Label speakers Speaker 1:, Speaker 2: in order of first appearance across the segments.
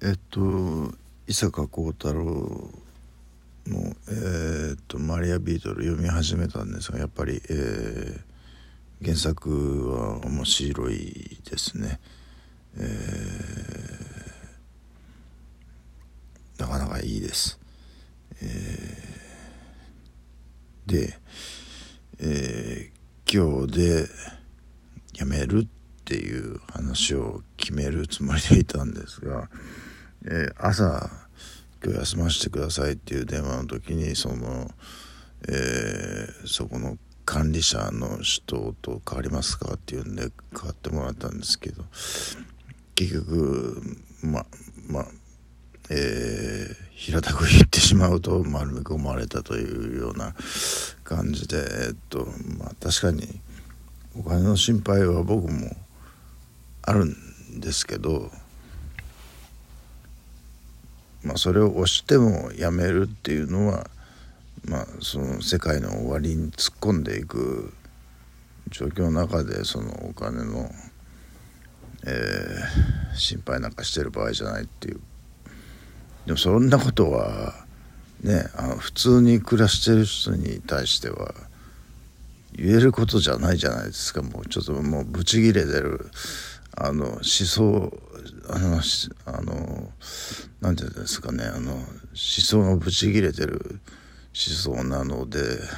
Speaker 1: 伊坂幸太郎の、マリアビートル読み始めたんですが、やっぱり、原作は面白いですね。なかなかいいです。で、今日でやめるっていう話を決めるつもりでいたんですが、朝今日休ませてくださいっていう電話の時にそこの管理者の人と変わりますかっていうんで変わってもらったんですけど、結局平たく言ってしまうと丸め込まれたというような感じで、確かにお金の心配は僕もあるんですけど、それを押してもやめるっていうのは、その世界の終わりに突っ込んでいく状況の中で、そのお金の、心配なんかしてる場合じゃないっていう。でもそんなことはね、普通に暮らしてる人に対しては言えることじゃないじゃないですか。もうちょっともうブチ切れてる思想なんていうんですかね、思想のブチ切れてる思想なので、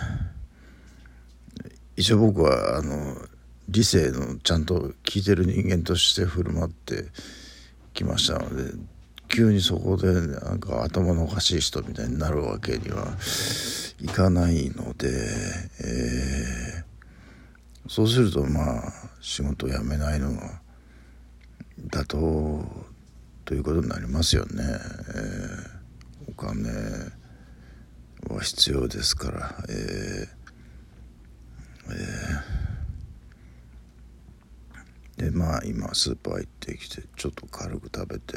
Speaker 1: 一応僕は理性のちゃんと聞いてる人間として振る舞ってきましたので、急にそこでなんか頭のおかしい人みたいになるわけにはいかないので、そうすると仕事を辞めないのが妥当ということになりますよね。お金は必要ですから、で今スーパー行ってきてちょっと軽く食べて、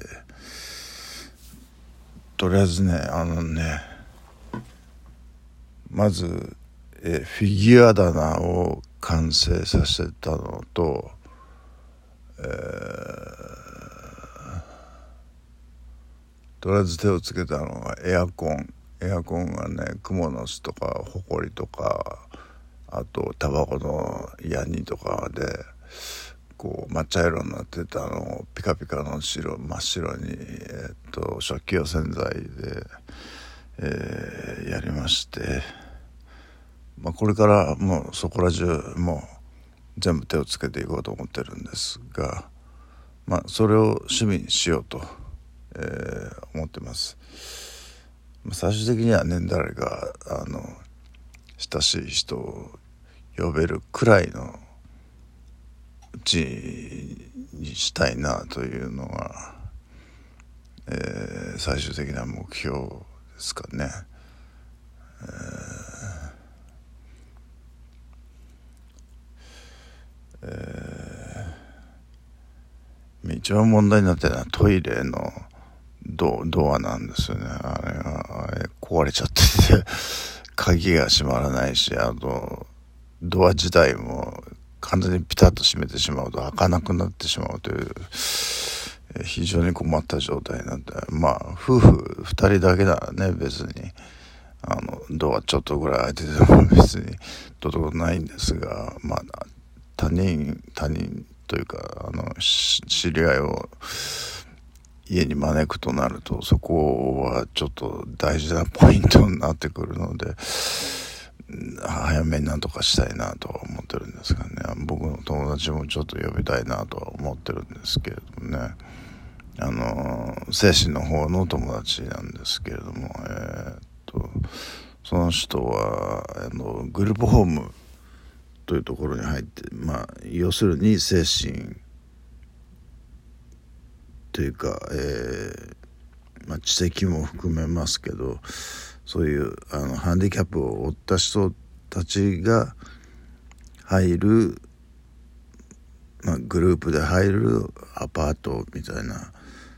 Speaker 1: とりあえずねまず、フィギュア棚を完成させたのと、とりあえず手をつけたのがエアコンがね、クモの巣とかホコリとか、あとタバコのヤニとかでこう抹茶色になってたのをピカピカの真っ白に、食器用洗剤で、やりまして、これからもうそこら中もう全部手をつけていこうと思ってるんですが、それを趣味にしようと、思ってます。最終的にはね、誰か親しい人を呼べるくらいのうちにしたいなというのが、最終的な目標ですかね。一番問題になってるのはトイレのドアなんですよね。あれ壊れちゃってて鍵が閉まらないし、あとドア自体も完全にピタッと閉めてしまうと開かなくなってしまうという、非常に困った状態になって、夫婦2人だけならね、別にドアちょっとぐらい開いてても別にどうともないんですが、他人というか知り合いを家に招くとなると、そこはちょっと大事なポイントになってくるので、早めになんとかしたいなとは思ってるんですがね。僕の友達もちょっと呼びたいなとは思ってるんですけれどもね、精神の方の友達なんですけれども、その人はグループホームというところに入って、要するに精神というか、知的も含めますけど、そういうハンディキャップを負った人たちが入る、グループで入るアパートみたいな、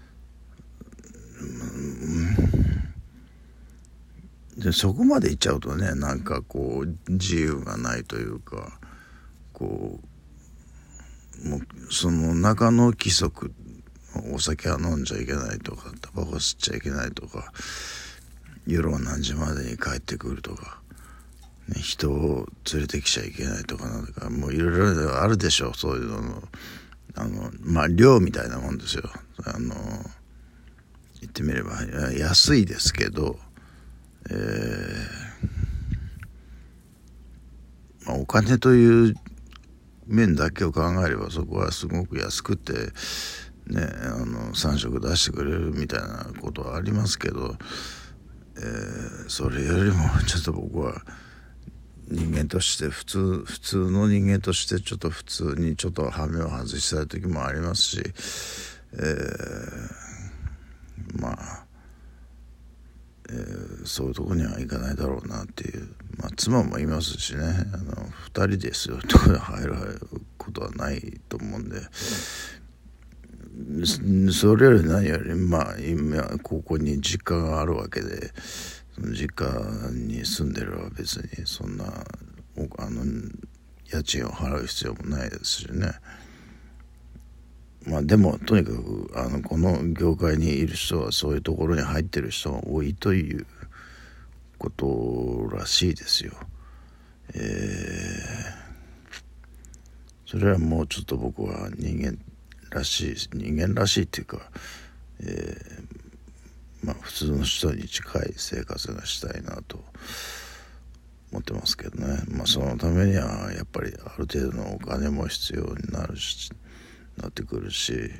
Speaker 1: でそこまで行っちゃうとね、なんかこう自由がないというか、こうもうその中の規則お酒は飲んじゃいけないとか、タバコ吸っちゃいけないとか、夜は何時までに帰ってくるとか、ね、人を連れてきちゃいけないとか、なんかもういろいろあるでしょ、そういうのの寮みたいなもんですよ。言ってみれば安いですけど、お金という面だけを考えればそこはすごく安くてね、3食出してくれるみたいなことはありますけど、それよりもちょっと僕は人間として普通の人間としてちょっと普通にちょっと羽目を外したい時もありますし、そういうとこには行かないだろうなっていう、妻もいますしね、2人ですよとか入ることはないと思うんで、それより何より今ここに実家があるわけで、その実家に住んでるは別にそんな家賃を払う必要もないですしね。でもとにかくこの業界にいる人はそういうところに入ってる人が多いということらしいですよ。それはもうちょっと僕は人間らしいっていうか、普通の人に近い生活がしたいなと思ってますけどね。そのためにはやっぱりある程度のお金も必要になってくるし、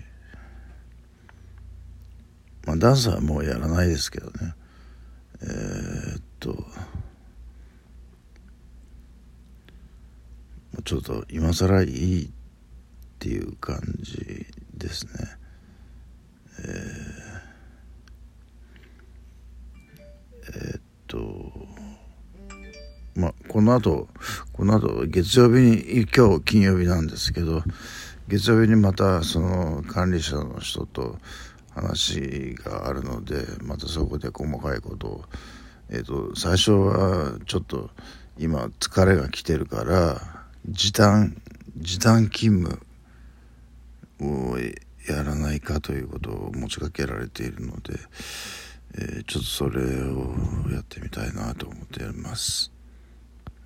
Speaker 1: ダンスはもうやらないですけどね。ちょっと今更いいっていう感じですね。この後月曜日に、今日金曜日なんですけど、月曜日にまたその管理者の人と話があるので、またそこで細かいことを、最初はちょっと今疲れが来てるから時短勤務をやらないかということを持ちかけられているので、ちょっとそれをやってみたいなと思っています。